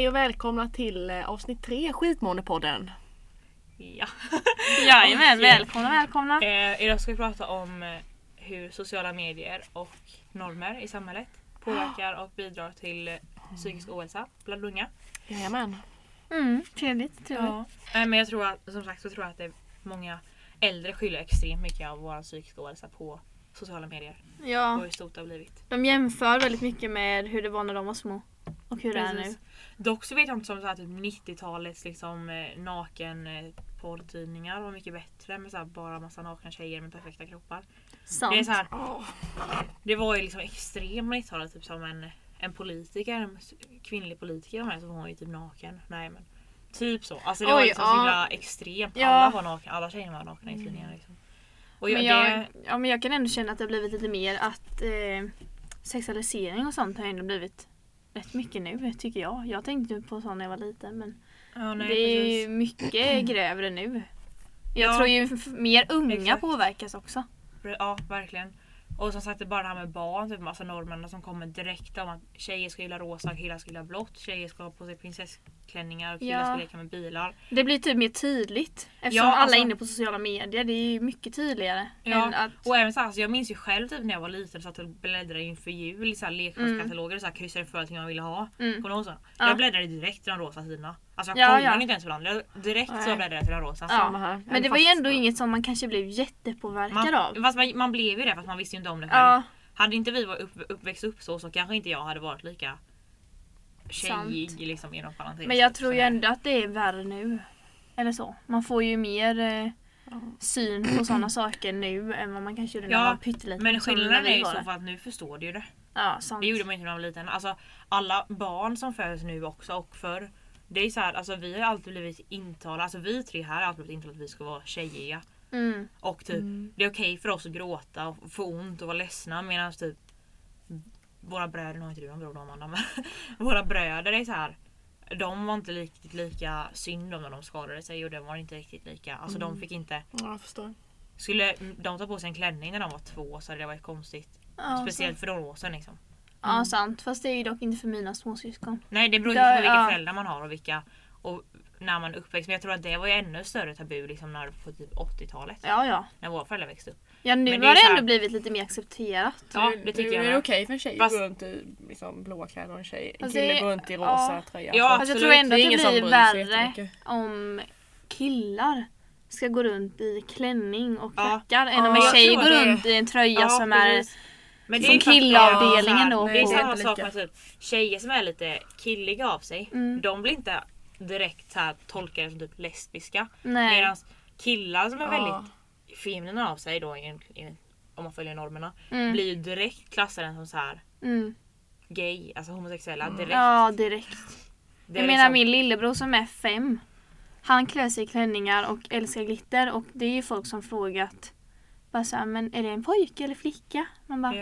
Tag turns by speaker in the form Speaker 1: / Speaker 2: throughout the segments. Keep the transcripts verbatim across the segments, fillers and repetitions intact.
Speaker 1: och välkomna till avsnitt tre, Skitmånepodden.
Speaker 2: Ja.
Speaker 3: Jajamän, välkomna, välkomna.
Speaker 2: Eh, idag ska vi prata om eh, hur sociala medier och normer i samhället påverkar och bidrar till eh, psykisk ohälsa bland unga.
Speaker 1: Jajamän.
Speaker 3: Mm, trevligt, trevligt.
Speaker 2: Ja. Eh, men jag tror att, som sagt, så tror jag att det är många äldre skyller extremt mycket av vår psykiska ohälsa på sociala medier.
Speaker 3: Ja.
Speaker 2: Och hur stort det har blivit.
Speaker 3: De jämför väldigt mycket med hur det var när de var små. Och hur
Speaker 2: Precis.
Speaker 3: det är nu.
Speaker 2: Dock så vet jag inte som så här, typ nittiotalets liksom, eh, naken eh, porrtidningar var mycket bättre med så här, bara massa nakna tjejer med perfekta kroppar.
Speaker 3: Sant.
Speaker 2: Det är så här, det var ju liksom extremt på nittiotalet, typ som en, en politiker, en kvinnlig politiker med, så var hon ju typ naken. Nej men typ så. Alltså det
Speaker 3: Oj,
Speaker 2: var liksom
Speaker 3: ja.
Speaker 2: så himla extremt.
Speaker 3: Ja.
Speaker 2: Alla var nakna, alla tjejer var nakna i tidningarna liksom. Och jag,
Speaker 3: Men jag,
Speaker 2: det,
Speaker 3: ja, men jag kan ändå känna att det har blivit lite mer att eh, sexualisering och sånt har ändå blivit rätt mycket nu, tycker jag. Jag tänkte ju på sånt när jag var liten, men
Speaker 2: ja, nej,
Speaker 3: det är
Speaker 2: precis.
Speaker 3: ju mycket grövre nu. Jag
Speaker 2: Ja,
Speaker 3: tror ju f- mer unga
Speaker 2: exakt.
Speaker 3: påverkas också.
Speaker 2: Ja, verkligen. Och som sagt, det är bara det här med barn, typ massa normerna som kommer direkt om att tjejer ska gilla rosa och killar ska gilla blått. Tjejer ska ha på sig prinsessklänningar och killar
Speaker 3: Ja.
Speaker 2: ska leka med bilar.
Speaker 3: Det blir typ mer tydligt. Eftersom
Speaker 2: Ja,
Speaker 3: alla
Speaker 2: alltså-
Speaker 3: är inne på sociala medier. Det är ju mycket tydligare.
Speaker 2: Ja,
Speaker 3: Än att,
Speaker 2: och även så här, alltså jag minns ju själv typ när jag var liten så att jag bläddrade inför jul i så här leksakskataloger och så här kryssade för allting man ville ha.
Speaker 3: Mm.
Speaker 2: Kommer du ihåg så?
Speaker 3: Ja.
Speaker 2: Jag bläddrade direkt till de rosa sidorna. Alltså jag
Speaker 3: Ja,
Speaker 2: kollade
Speaker 3: ja.
Speaker 2: inte ens ibland. Jag direkt så
Speaker 1: Nej.
Speaker 2: bläddrade jag till de rosa.
Speaker 3: Ja.
Speaker 1: Samma här.
Speaker 3: men det var ju ändå inget som man kanske blev jättepåverkad av.
Speaker 2: Man, fast man, man blev ju det, fast man visste ju inte om det själv.
Speaker 3: Ja,
Speaker 2: Hade inte vi varit upp, uppväxt upp så, så kanske inte jag hade varit lika tjejig
Speaker 3: Sant.
Speaker 2: liksom, inom parentes.
Speaker 3: men jag tror ju
Speaker 2: Sådär.
Speaker 3: ändå att det är värre nu. Eller så. Man får ju mer eh, syn på sådana saker nu än vad man kanske gjorde när
Speaker 2: Ja,
Speaker 3: man var pytteliten.
Speaker 2: Men
Speaker 3: som när
Speaker 2: skillnaden
Speaker 3: vi
Speaker 2: är ju
Speaker 3: var
Speaker 2: så
Speaker 3: det.
Speaker 2: för att nu förstår du ju det.
Speaker 3: Ja, sant.
Speaker 2: Det gjorde man inte när man var liten. Alltså, alla barn som föds nu också och förr. Det är så här, alltså vi har alltid blivit intalade, alltså vi tre här har alltid blivit intalade att vi ska vara tjejiga.
Speaker 3: Mm.
Speaker 2: Och typ, det är okej för oss att gråta och få ont och vara ledsna, medan typ våra bröder, nu har inte du någon bror då, Amanda, men våra bröder är så här. De var inte riktigt lika synd om när de skadade sig, och de var inte riktigt lika, alltså
Speaker 1: Mm.
Speaker 2: de fick inte.
Speaker 1: Ja, jag förstår.
Speaker 2: Skulle de ta på sig en klänning när de var två så hade det varit konstigt.
Speaker 3: Ja,
Speaker 2: Speciellt för de åsen liksom.
Speaker 3: Ja, sant. Fast det är ju dock inte för mina småsyskon.
Speaker 2: Nej, det beror ju
Speaker 3: Ja,
Speaker 2: på vilka
Speaker 3: ja.
Speaker 2: föräldrar man har och vilka och när man uppväxt. Men jag tror att det var ju ännu större tabu liksom när på typ åttiotalet.
Speaker 3: Ja, ja.
Speaker 2: När våra föräldrar växte upp.
Speaker 3: Ja, nu
Speaker 2: Men det
Speaker 3: har
Speaker 2: är
Speaker 3: det
Speaker 2: så här-
Speaker 3: ändå blivit lite mer accepterat.
Speaker 2: Ja, det tycker jag
Speaker 1: Är det
Speaker 2: med.
Speaker 1: okej för en tjej
Speaker 2: Fast-
Speaker 1: att gå runt i liksom, blåa kläder och en tjej? En
Speaker 3: Alltså,
Speaker 1: kille
Speaker 3: det-
Speaker 1: går runt i rosa
Speaker 3: ja.
Speaker 1: tröja.
Speaker 2: Ja,
Speaker 3: Fast jag
Speaker 2: absolut.
Speaker 3: tror ändå
Speaker 1: Det är
Speaker 3: att det
Speaker 1: ingen som
Speaker 3: blir
Speaker 1: bryr sig
Speaker 3: värre
Speaker 1: jättemycket.
Speaker 3: om killar ska gå runt i klänning och
Speaker 2: Ja.
Speaker 3: klackar än
Speaker 1: Ja,
Speaker 3: om en
Speaker 1: jag
Speaker 3: tjej
Speaker 2: tror
Speaker 3: går
Speaker 2: det.
Speaker 3: runt i en tröja
Speaker 2: Ja,
Speaker 3: som är
Speaker 2: precis. Men
Speaker 3: som
Speaker 2: är för att-
Speaker 3: killavdelningen då.
Speaker 2: Det är
Speaker 1: Nej,
Speaker 2: samma
Speaker 1: inte
Speaker 2: sak
Speaker 1: lika.
Speaker 2: med typ tjejer som är lite killiga av sig.
Speaker 3: Mm.
Speaker 2: De blir inte direkt så här tolkade som typ lesbiska.
Speaker 3: Nej.
Speaker 2: Medan killar som är
Speaker 1: Ja.
Speaker 2: väldigt feminina av sig då, i, i, om man följer normerna,
Speaker 3: Mm.
Speaker 2: blir ju direkt klassade som så här
Speaker 3: Mm.
Speaker 2: gay, alltså homosexuella direkt.
Speaker 3: Ja, direkt.
Speaker 2: Det är
Speaker 3: Jag menar
Speaker 2: liksom-
Speaker 3: min lillebror som är fem. Han klär sig i klänningar och älskar glitter. Och det är ju folk som frågat. Bara så här, men är det en pojke eller flicka? Man bara,
Speaker 2: Ja,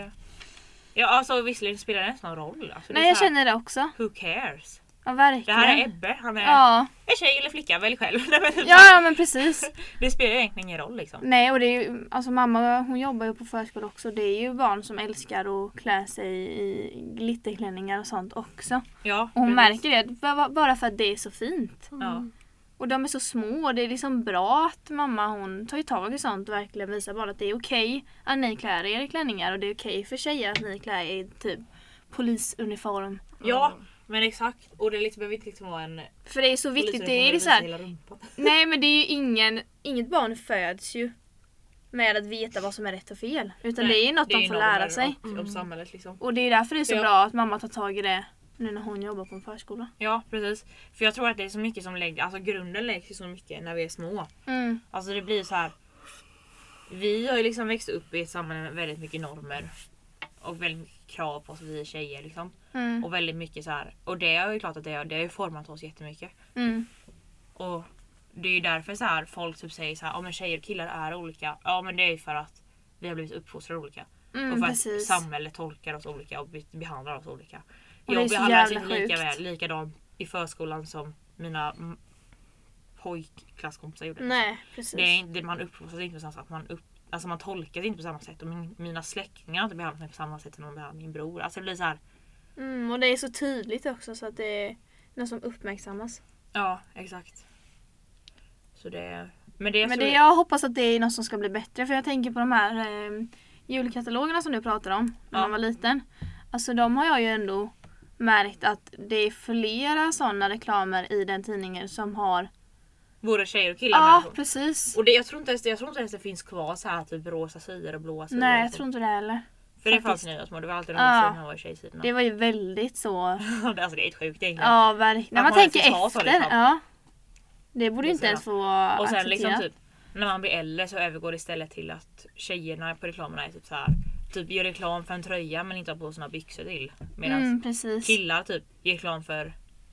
Speaker 2: ja alltså visserligen spelar det ens någon roll. Alltså, det är
Speaker 3: nej jag
Speaker 2: så här,
Speaker 3: känner det också.
Speaker 2: who cares?
Speaker 3: Ja,
Speaker 2: Det
Speaker 3: verkligen.
Speaker 2: här är Ebbe, han är
Speaker 3: Ja.
Speaker 2: en tjej eller flicka, välj själv. Nej, men typ så
Speaker 3: Ja,
Speaker 2: här,
Speaker 3: ja, men precis.
Speaker 2: det spelar egentligen ingen roll liksom.
Speaker 3: Nej, och det är ju, alltså mamma hon jobbar ju på förskola också. Det är ju barn som älskar att klä sig i glitterklänningar och sånt också.
Speaker 2: Ja,
Speaker 3: Och hon
Speaker 2: precis.
Speaker 3: märker det ba- bara för att det är så fint.
Speaker 2: Ja.
Speaker 3: Och de är så små och det är liksom bra att mamma hon tar ju tag i sånt och verkligen visar bara att det är okej att ni klär er i klänningar och det är okej för tjejer att ni klär er i typ polisuniform.
Speaker 2: Ja, men exakt. Och det liksom, behöver inte liksom vara en
Speaker 3: För det är så viktigt. Det är
Speaker 2: polisuniform
Speaker 3: så här,
Speaker 2: hela rumpan.
Speaker 3: nej men det är ju ingen, inget barn föds ju med att veta vad som är rätt och fel. Utan
Speaker 2: Nej,
Speaker 3: det är ju något
Speaker 2: det är
Speaker 3: de
Speaker 2: ju
Speaker 3: får
Speaker 2: normer
Speaker 3: lära sig.
Speaker 2: Om, om samhället liksom.
Speaker 3: Och det är därför det är så
Speaker 2: Ja.
Speaker 3: bra att mamma tar tag i det nu när hon jobbar på en förskola.
Speaker 2: Ja, precis. För jag tror att det är så mycket som lägger, alltså grunden läggs ju så mycket när vi är små.
Speaker 3: Mm.
Speaker 2: Alltså det blir så här. Vi har ju liksom växt upp i ett samhälle med väldigt mycket normer. Och väldigt mycket krav på oss, vi är tjejer liksom.
Speaker 3: Mm.
Speaker 2: Och väldigt mycket så här. Och det är ju klart att det har, det har ju format oss jättemycket.
Speaker 3: Mm.
Speaker 2: Och det är ju därför så här folk typ säger så här, ja men tjejer och killar är olika. Ja men det är ju för att vi har blivit uppfostrade olika.
Speaker 3: Mm,
Speaker 2: och för
Speaker 3: precis.
Speaker 2: att samhället tolkar oss olika och be- behandlar oss olika.
Speaker 3: Och det är
Speaker 2: Jag
Speaker 3: så
Speaker 2: behandlas
Speaker 3: jävla
Speaker 2: inte lika
Speaker 3: sjukt.
Speaker 2: väl, likadant i förskolan som mina mm, pojkklasskompisar gjorde.
Speaker 3: Nej, precis.
Speaker 2: Det är inte, man uppfostras inte på samma sätt. Man, upp, alltså man tolkas inte på samma sätt. Och min, mina släktingar har inte behandlat mig på samma sätt som de behandlar min bror. Alltså det blir så här.
Speaker 3: Mm, och det är så tydligt också så att det Något som uppmärksammas.
Speaker 2: Ja, exakt. Så det... Men, det är
Speaker 3: Men
Speaker 2: så...
Speaker 3: det, jag hoppas att det är något som ska bli bättre. För jag tänker på de här eh, julkatalogerna som du pratade om när
Speaker 2: Ja.
Speaker 3: man var liten. Alltså de har jag ju ändå märkt att det är flera sådana reklamer i den tidningen som har...
Speaker 2: Både tjejer och killar.
Speaker 3: Ja,
Speaker 2: människor.
Speaker 3: precis.
Speaker 2: Och det, jag tror inte ens det, jag tror inte ens det finns kvar så här typ rosa sidor och blåa sidor.
Speaker 3: Nej, jag tror inte det heller.
Speaker 2: För det
Speaker 3: faktiskt.
Speaker 2: fanns nya små, det var alltid de
Speaker 3: Ja.
Speaker 2: ja. som var i tjejsidorna.
Speaker 3: Det var ju väldigt så...
Speaker 2: alltså det är ett sjukt egentligen.
Speaker 3: Ja, verkligen. När
Speaker 2: Att
Speaker 3: man
Speaker 2: man
Speaker 3: tänker
Speaker 2: ens får ta så,
Speaker 3: efter.
Speaker 2: liksom.
Speaker 3: Ja. Det borde
Speaker 2: Det
Speaker 3: ju
Speaker 2: är
Speaker 3: inte
Speaker 2: så
Speaker 3: ens få
Speaker 2: Och sen
Speaker 3: acceptera.
Speaker 2: liksom typ när man blir äldre så övergår det istället till att tjejerna på reklamerna är typ så här. Typ gör reklam för en tröja men inte har på såna byxor till. Medan
Speaker 3: Mm, precis.
Speaker 2: killar typ gör reklam för...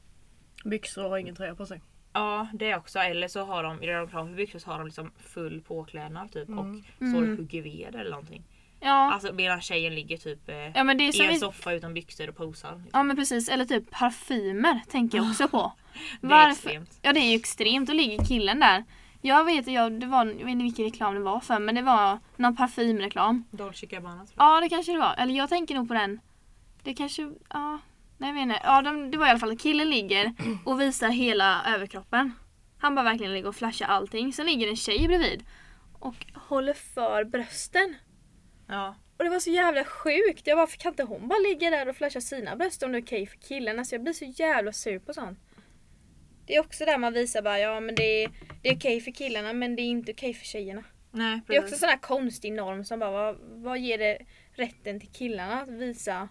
Speaker 1: Byxor och ingen tröja på sig.
Speaker 2: Ja, det också. Eller så har de, i reklam för byxor så har de liksom full påklädnad typ.
Speaker 1: Mm.
Speaker 2: Och så mm. hugger ved eller någonting.
Speaker 3: Ja.
Speaker 2: Alltså medan tjejen ligger typ eh,
Speaker 3: Ja, men det är
Speaker 2: i
Speaker 3: som
Speaker 2: en
Speaker 3: vi...
Speaker 2: soffa utan byxor och posar. Liksom.
Speaker 3: Ja men precis, eller typ parfymer tänker jag också på.
Speaker 2: Det är
Speaker 3: Varför?
Speaker 2: extremt.
Speaker 3: Ja det är ju extremt, då ligger killen där. Jag vet, jag, det var, jag vet inte vilken reklam det var för, men det var någon parfymreklam.
Speaker 2: Dolce Gabbana tror jag.
Speaker 3: Ja det kanske det var, eller jag tänker nog på den. Det kanske, ja, nej jag vet inte. Ja de, det var i alla fall att killen ligger och visar hela överkroppen. Han bara verkligen ligger och flashar allting. Sen ligger en tjej bredvid och håller för brösten.
Speaker 2: Ja.
Speaker 3: Och det var så jävla sjukt. Jag bara, kan inte hon bara ligga där och flasha sina bröst om det är okej för killen? Alltså jag blir så jävla sur på sånt. Det är också där man visar bara, ja men det är, det är okej för killarna men det är inte okej för tjejerna.
Speaker 2: Nej,
Speaker 3: Det är också en sån här konstig norm som bara, vad, vad ger det rätten till killarna att visa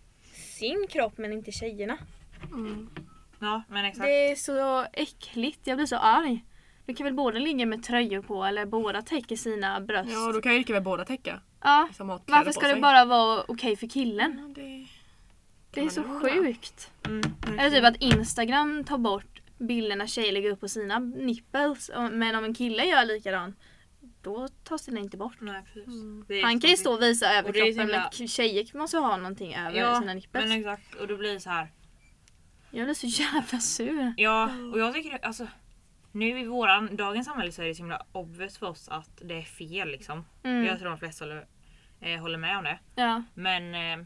Speaker 3: sin kropp men inte tjejerna?
Speaker 1: Mm.
Speaker 2: Ja, men exakt.
Speaker 3: Det är så äckligt, jag blir så arg. Du kan väl båda ligga med tröjor på eller båda täcker sina bröst.
Speaker 1: Ja, då kan ju lika väl båda täcka.
Speaker 3: Ja,
Speaker 1: Som har kläder
Speaker 3: varför
Speaker 1: på
Speaker 3: ska
Speaker 1: sig.
Speaker 3: det bara vara okej för killen?
Speaker 1: Ja, det...
Speaker 3: Det är
Speaker 1: man
Speaker 3: så
Speaker 1: undra.
Speaker 3: sjukt.
Speaker 2: Mm,
Speaker 3: Eller typ att Instagram tar bort bilderna tjejer lägger upp på sina nipples. Men om en kille gör likadant, då tas den inte bort.
Speaker 2: Nej, precis.
Speaker 1: Mm.
Speaker 2: Det är
Speaker 3: Han kan ju
Speaker 2: så
Speaker 3: stå och visa
Speaker 2: Och det är
Speaker 3: överkroppen
Speaker 2: så himla-
Speaker 3: men tjejer måste ha någonting över
Speaker 2: Ja,
Speaker 3: sina nipples.
Speaker 2: men exakt. Och då blir det så här.
Speaker 3: Jag blir så jävla sur.
Speaker 2: Ja, och jag tycker alltså nu i våran dagens samhälle så är det så himla obvious för oss att det är fel liksom.
Speaker 3: Mm.
Speaker 2: Jag tror de flesta håller, eh, håller med om det.
Speaker 3: Ja.
Speaker 2: Men eh,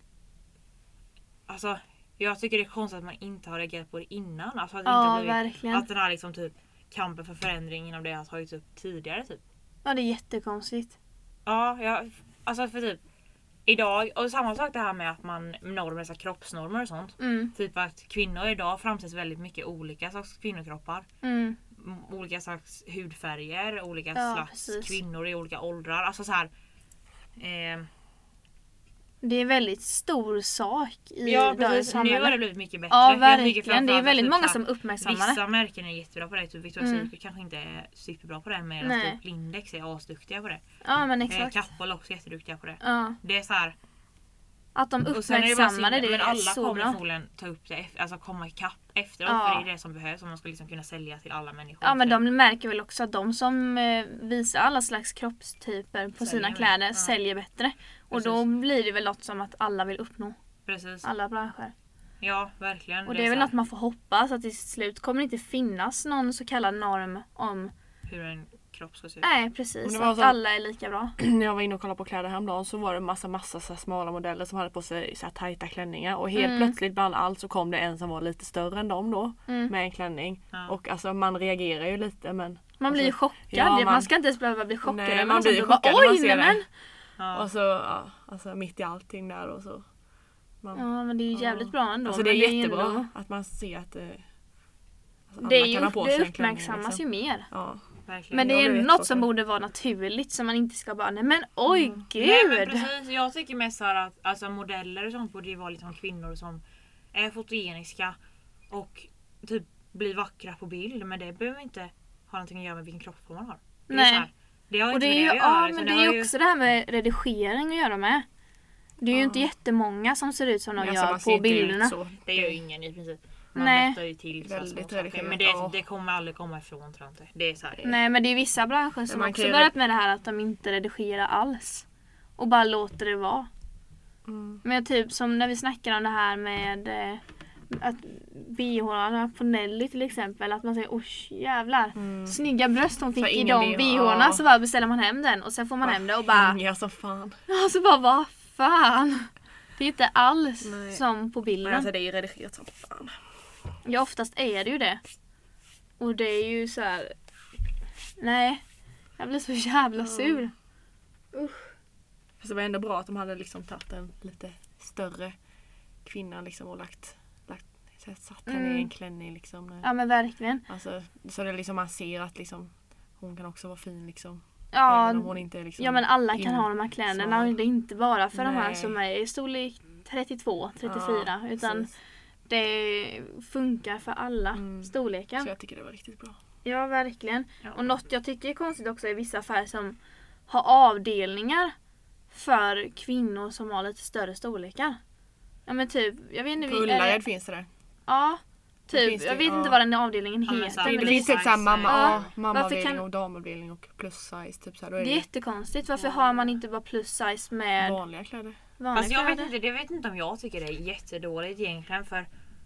Speaker 2: alltså jag tycker det är konstigt att man inte har reagerat på det innan. Alltså att, det
Speaker 3: Ja,
Speaker 2: inte har blivit,
Speaker 3: verkligen.
Speaker 2: att den här liksom typ kampen för förändring inom det har tagits upp tidigare typ.
Speaker 3: Ja, det är jättekonstigt.
Speaker 2: Ja, jag, alltså för typ idag, och samma sak det här med att man normer, så här kroppsnormer och sånt.
Speaker 3: Mm.
Speaker 2: Typ att kvinnor idag framställs väldigt mycket olika slags kvinnokroppar.
Speaker 3: Mm.
Speaker 2: M- Olika slags hudfärger, olika
Speaker 3: Ja,
Speaker 2: slags
Speaker 3: precis.
Speaker 2: kvinnor i olika åldrar. Alltså så här. Eh,
Speaker 3: Det är en väldigt stor sak i
Speaker 2: ja
Speaker 3: dagens
Speaker 2: precis, nu
Speaker 3: samhälle.
Speaker 2: har det blivit mycket bättre.
Speaker 3: Ja,
Speaker 2: Jag tycker
Speaker 3: verkligen. Det är
Speaker 2: framförallt
Speaker 3: väldigt
Speaker 2: att
Speaker 3: många
Speaker 2: typ så
Speaker 3: som
Speaker 2: här,
Speaker 3: uppmärksammar det.
Speaker 2: vissa märken är jättebra på det. Typ Victoria's
Speaker 3: Mm.
Speaker 2: Secret kanske inte är superbra på det, medan
Speaker 3: Nej.
Speaker 2: typ Lindex är asduktiga på det.
Speaker 3: Ja, men
Speaker 2: Eh,
Speaker 3: exakt.
Speaker 2: Kappahl är också jätteduktiga på det.
Speaker 3: Ja.
Speaker 2: Det är så här.
Speaker 3: Att de
Speaker 2: Och sen är det bara
Speaker 3: uppmärksammar det,
Speaker 2: synd,
Speaker 3: det
Speaker 2: men
Speaker 3: är
Speaker 2: alla
Speaker 3: så
Speaker 2: kommer
Speaker 3: bra.
Speaker 2: förmodligen ta upp det, ef- alltså komma ikapp efteråt,
Speaker 3: Ja.
Speaker 2: för det är det som behövs om man ska liksom kunna sälja till alla människor.
Speaker 3: Ja, men
Speaker 2: För-
Speaker 3: de märker väl också att de som eh, visar alla slags kroppstyper på
Speaker 2: Säljer
Speaker 3: sina
Speaker 2: mer.
Speaker 3: kläder
Speaker 2: Ja.
Speaker 3: säljer bättre. Och
Speaker 2: Precis.
Speaker 3: då blir det väl något som att alla vill uppnå.
Speaker 2: Precis.
Speaker 3: Alla branscher.
Speaker 2: Ja, verkligen.
Speaker 3: Och det är väl
Speaker 2: så här,
Speaker 3: något man får hoppas att till slut kommer det inte finnas någon så kallad norm om...
Speaker 2: hur en kropp ska se ut.
Speaker 3: Nej,
Speaker 1: Men
Speaker 3: precis.
Speaker 1: det var
Speaker 3: Att
Speaker 1: så-
Speaker 3: alla är lika bra.
Speaker 1: När jag var inne och kollade på kläder häromdagen så var det massa massa så här smala modeller som hade på sig så här tajta klänningar. Och helt
Speaker 3: Mm.
Speaker 1: plötsligt bland allt så kom det en som var lite större än dem då.
Speaker 3: Mm.
Speaker 1: Med en klänning.
Speaker 2: Ja.
Speaker 1: Och alltså man reagerar ju lite men...
Speaker 3: Man blir ju
Speaker 1: Alltså,
Speaker 3: chockad.
Speaker 1: ja,
Speaker 3: man...
Speaker 1: man-
Speaker 3: ska inte ens behöva bli chockad.
Speaker 1: Nej,
Speaker 3: men
Speaker 1: man blir ju
Speaker 3: bara,
Speaker 1: chockad när man
Speaker 3: oj,
Speaker 1: ser
Speaker 3: nej,
Speaker 1: det.
Speaker 3: men.
Speaker 2: Ja.
Speaker 1: Och så, ja, alltså mitt i allting där och så. Man,
Speaker 3: Ja, men det är ju jävligt
Speaker 1: Ja.
Speaker 3: bra ändå.
Speaker 1: alltså det är
Speaker 3: men
Speaker 1: jättebra
Speaker 3: ändå-
Speaker 1: att man ser att det... Alltså,
Speaker 3: Det, är
Speaker 1: alla
Speaker 3: ju,
Speaker 1: kan ha på
Speaker 3: det
Speaker 1: sig en klänning,
Speaker 3: uppmärksammas
Speaker 1: liksom.
Speaker 3: ju mer.
Speaker 1: Ja.
Speaker 2: Verkligen.
Speaker 3: Men det
Speaker 1: jag
Speaker 3: är
Speaker 1: blev
Speaker 3: något som
Speaker 1: jättechockad.
Speaker 3: borde vara naturligt så man inte ska bara, nej men oj
Speaker 1: Mm.
Speaker 3: gud.
Speaker 2: Nej, men precis. Jag tycker mest så här att alltså, modeller och sånt borde ju vara liksom kvinnor som är fotogeniska och typ blir vackra på bild. Men det behöver inte ha någonting att göra med vilken kroppsform man har. Det är
Speaker 3: Nej.
Speaker 2: så här, det har
Speaker 3: Och
Speaker 2: inte
Speaker 3: det är
Speaker 2: med
Speaker 3: ju,
Speaker 2: det att göra.
Speaker 3: ja,
Speaker 2: liksom.
Speaker 3: men det
Speaker 2: har
Speaker 3: är ju
Speaker 2: ju-
Speaker 3: också det här med redigering att göra med. Det är ju
Speaker 1: Ja.
Speaker 3: inte jättemånga som ser ut som de
Speaker 1: Men alltså, man
Speaker 3: gör
Speaker 1: ser
Speaker 3: på
Speaker 1: inte ut
Speaker 3: bilderna.
Speaker 1: så.
Speaker 2: Det gör ju ingen i princip. Man
Speaker 3: Nej.
Speaker 2: rättar ju till så här
Speaker 1: Väldigt
Speaker 2: små saker.
Speaker 1: redigerat,
Speaker 2: Men det,
Speaker 1: ja.
Speaker 2: det kommer aldrig komma ifrån, tror jag inte. Det är så här.
Speaker 3: Nej, men det är vissa branscher som
Speaker 1: man
Speaker 3: också
Speaker 1: kan ju
Speaker 3: börjat med det här att de inte redigerar alls. Och bara låter det vara.
Speaker 1: Mm.
Speaker 3: Men typ som när vi snackar om det här med eh, att B H-arna på Nelly till exempel. Att man säger, oj jävlar.
Speaker 1: Mm.
Speaker 3: Snygga bröst hon
Speaker 1: För
Speaker 3: fick i
Speaker 1: ingen
Speaker 3: de
Speaker 1: B H,
Speaker 3: B H-arna.
Speaker 1: ja.
Speaker 3: Så bara beställer man hem den. Och sen får man hem det och bara,
Speaker 1: Ja, så fan.
Speaker 3: och så bara, vad fan. Det är inte alls
Speaker 1: Nej.
Speaker 3: som på
Speaker 1: Men
Speaker 3: bilden.
Speaker 1: alltså det är ju redigerat som fan.
Speaker 3: Ja, oftast är det ju det. Och det är ju så här. Nej, jag blir så jävla sur.
Speaker 1: Fast det var ändå bra att de hade liksom tagit en lite större kvinna liksom och lagt, lagt satt henne
Speaker 3: Mm.
Speaker 1: i en klänning liksom. När,
Speaker 3: Ja, men verkligen.
Speaker 1: alltså, så det liksom man ser att liksom, hon kan också vara fin liksom.
Speaker 3: Ja,
Speaker 1: Även om hon inte är liksom
Speaker 3: ja men alla kan
Speaker 1: in-
Speaker 3: ha de här kläderna.
Speaker 1: smal.
Speaker 3: Och det är inte bara för de här
Speaker 1: Nej.
Speaker 3: som är i storlek trettiotvå, trettiofyra.
Speaker 1: Ja,
Speaker 3: utan
Speaker 1: precis.
Speaker 3: det funkar för alla
Speaker 1: Mm.
Speaker 3: storlekar.
Speaker 1: Så jag tycker det var riktigt bra.
Speaker 3: Ja, verkligen.
Speaker 2: Ja.
Speaker 3: Och något jag tycker är konstigt också är vissa affärer som har avdelningar för kvinnor som har lite större storlekar. Ja men typ, jag vet inte.
Speaker 1: På
Speaker 3: vi-
Speaker 1: Ullared
Speaker 3: är-
Speaker 1: finns det där.
Speaker 3: Ja,
Speaker 1: Det
Speaker 3: typ.
Speaker 1: finns det,
Speaker 3: Jag vet
Speaker 1: ja.
Speaker 3: inte vad den avdelningen
Speaker 2: Ja, men
Speaker 3: heter.
Speaker 2: så här,
Speaker 3: men
Speaker 1: Det
Speaker 3: det,
Speaker 1: finns typ såhär mamma,
Speaker 3: Ja.
Speaker 1: ja, mammaavdelning
Speaker 3: Varför kan-
Speaker 1: och damavdelning och plus size. Typ så här. Då är
Speaker 3: det är
Speaker 1: det
Speaker 3: jättekonstigt. Varför har man inte bara plus size med
Speaker 1: vanliga kläder.
Speaker 3: vanliga
Speaker 2: Fast jag vet,
Speaker 3: kläder?
Speaker 2: inte, jag vet inte om jag tycker det är jättedåligt egentligen för